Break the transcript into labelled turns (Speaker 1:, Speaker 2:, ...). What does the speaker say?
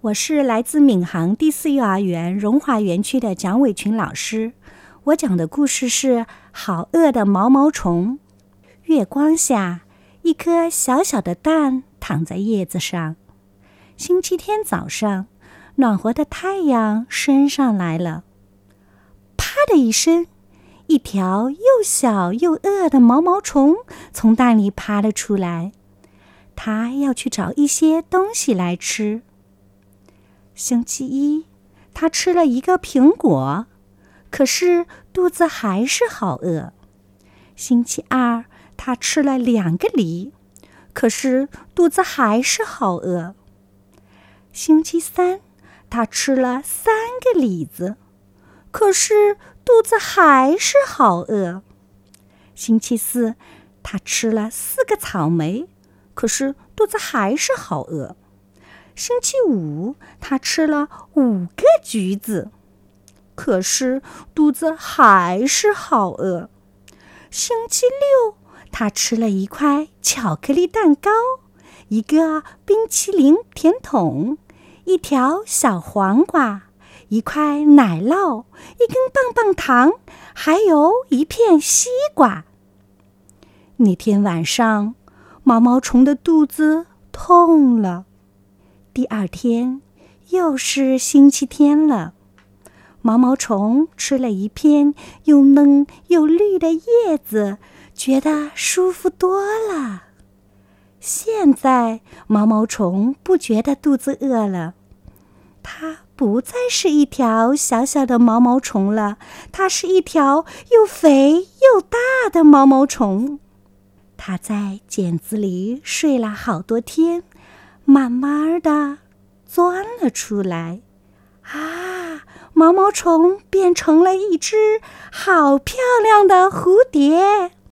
Speaker 1: 我是来自闵行第4幼儿园荣华园区的蒋伟群老师。我讲的故事是好饿的毛毛虫。月光下，一颗小小的蛋躺在叶子上。星期天早上，暖和的太阳升上来了。啪的一声，一条又小又饿的毛毛虫从蛋里爬了出来。它要去找一些东西来吃。星期一，他吃了一个苹果，可是肚子还是好饿。星期二，他吃了2个梨，可是肚子还是好饿。星期三，他吃了3个李子，可是肚子还是好饿。星期四，他吃了4个草莓，可是肚子还是好饿。星期五，他吃了5个橘子，可是肚子还是好饿。星期六，他吃了1块巧克力蛋糕，一个冰淇淋甜筒，一条小黄瓜，一块奶酪，一根棒棒糖，还有一片西瓜。那天晚上，毛毛虫的肚子痛了。第二天，又是星期天了。毛毛虫吃了一片又嫩又绿的叶子，觉得舒服多了。现在，毛毛虫不觉得肚子饿了。它不再是一条小小的毛毛虫了，它是一条又肥又大的毛毛虫。它在茧子里睡了好多天，慢慢的钻了出来。毛毛虫变成了一只好漂亮的蝴蝶。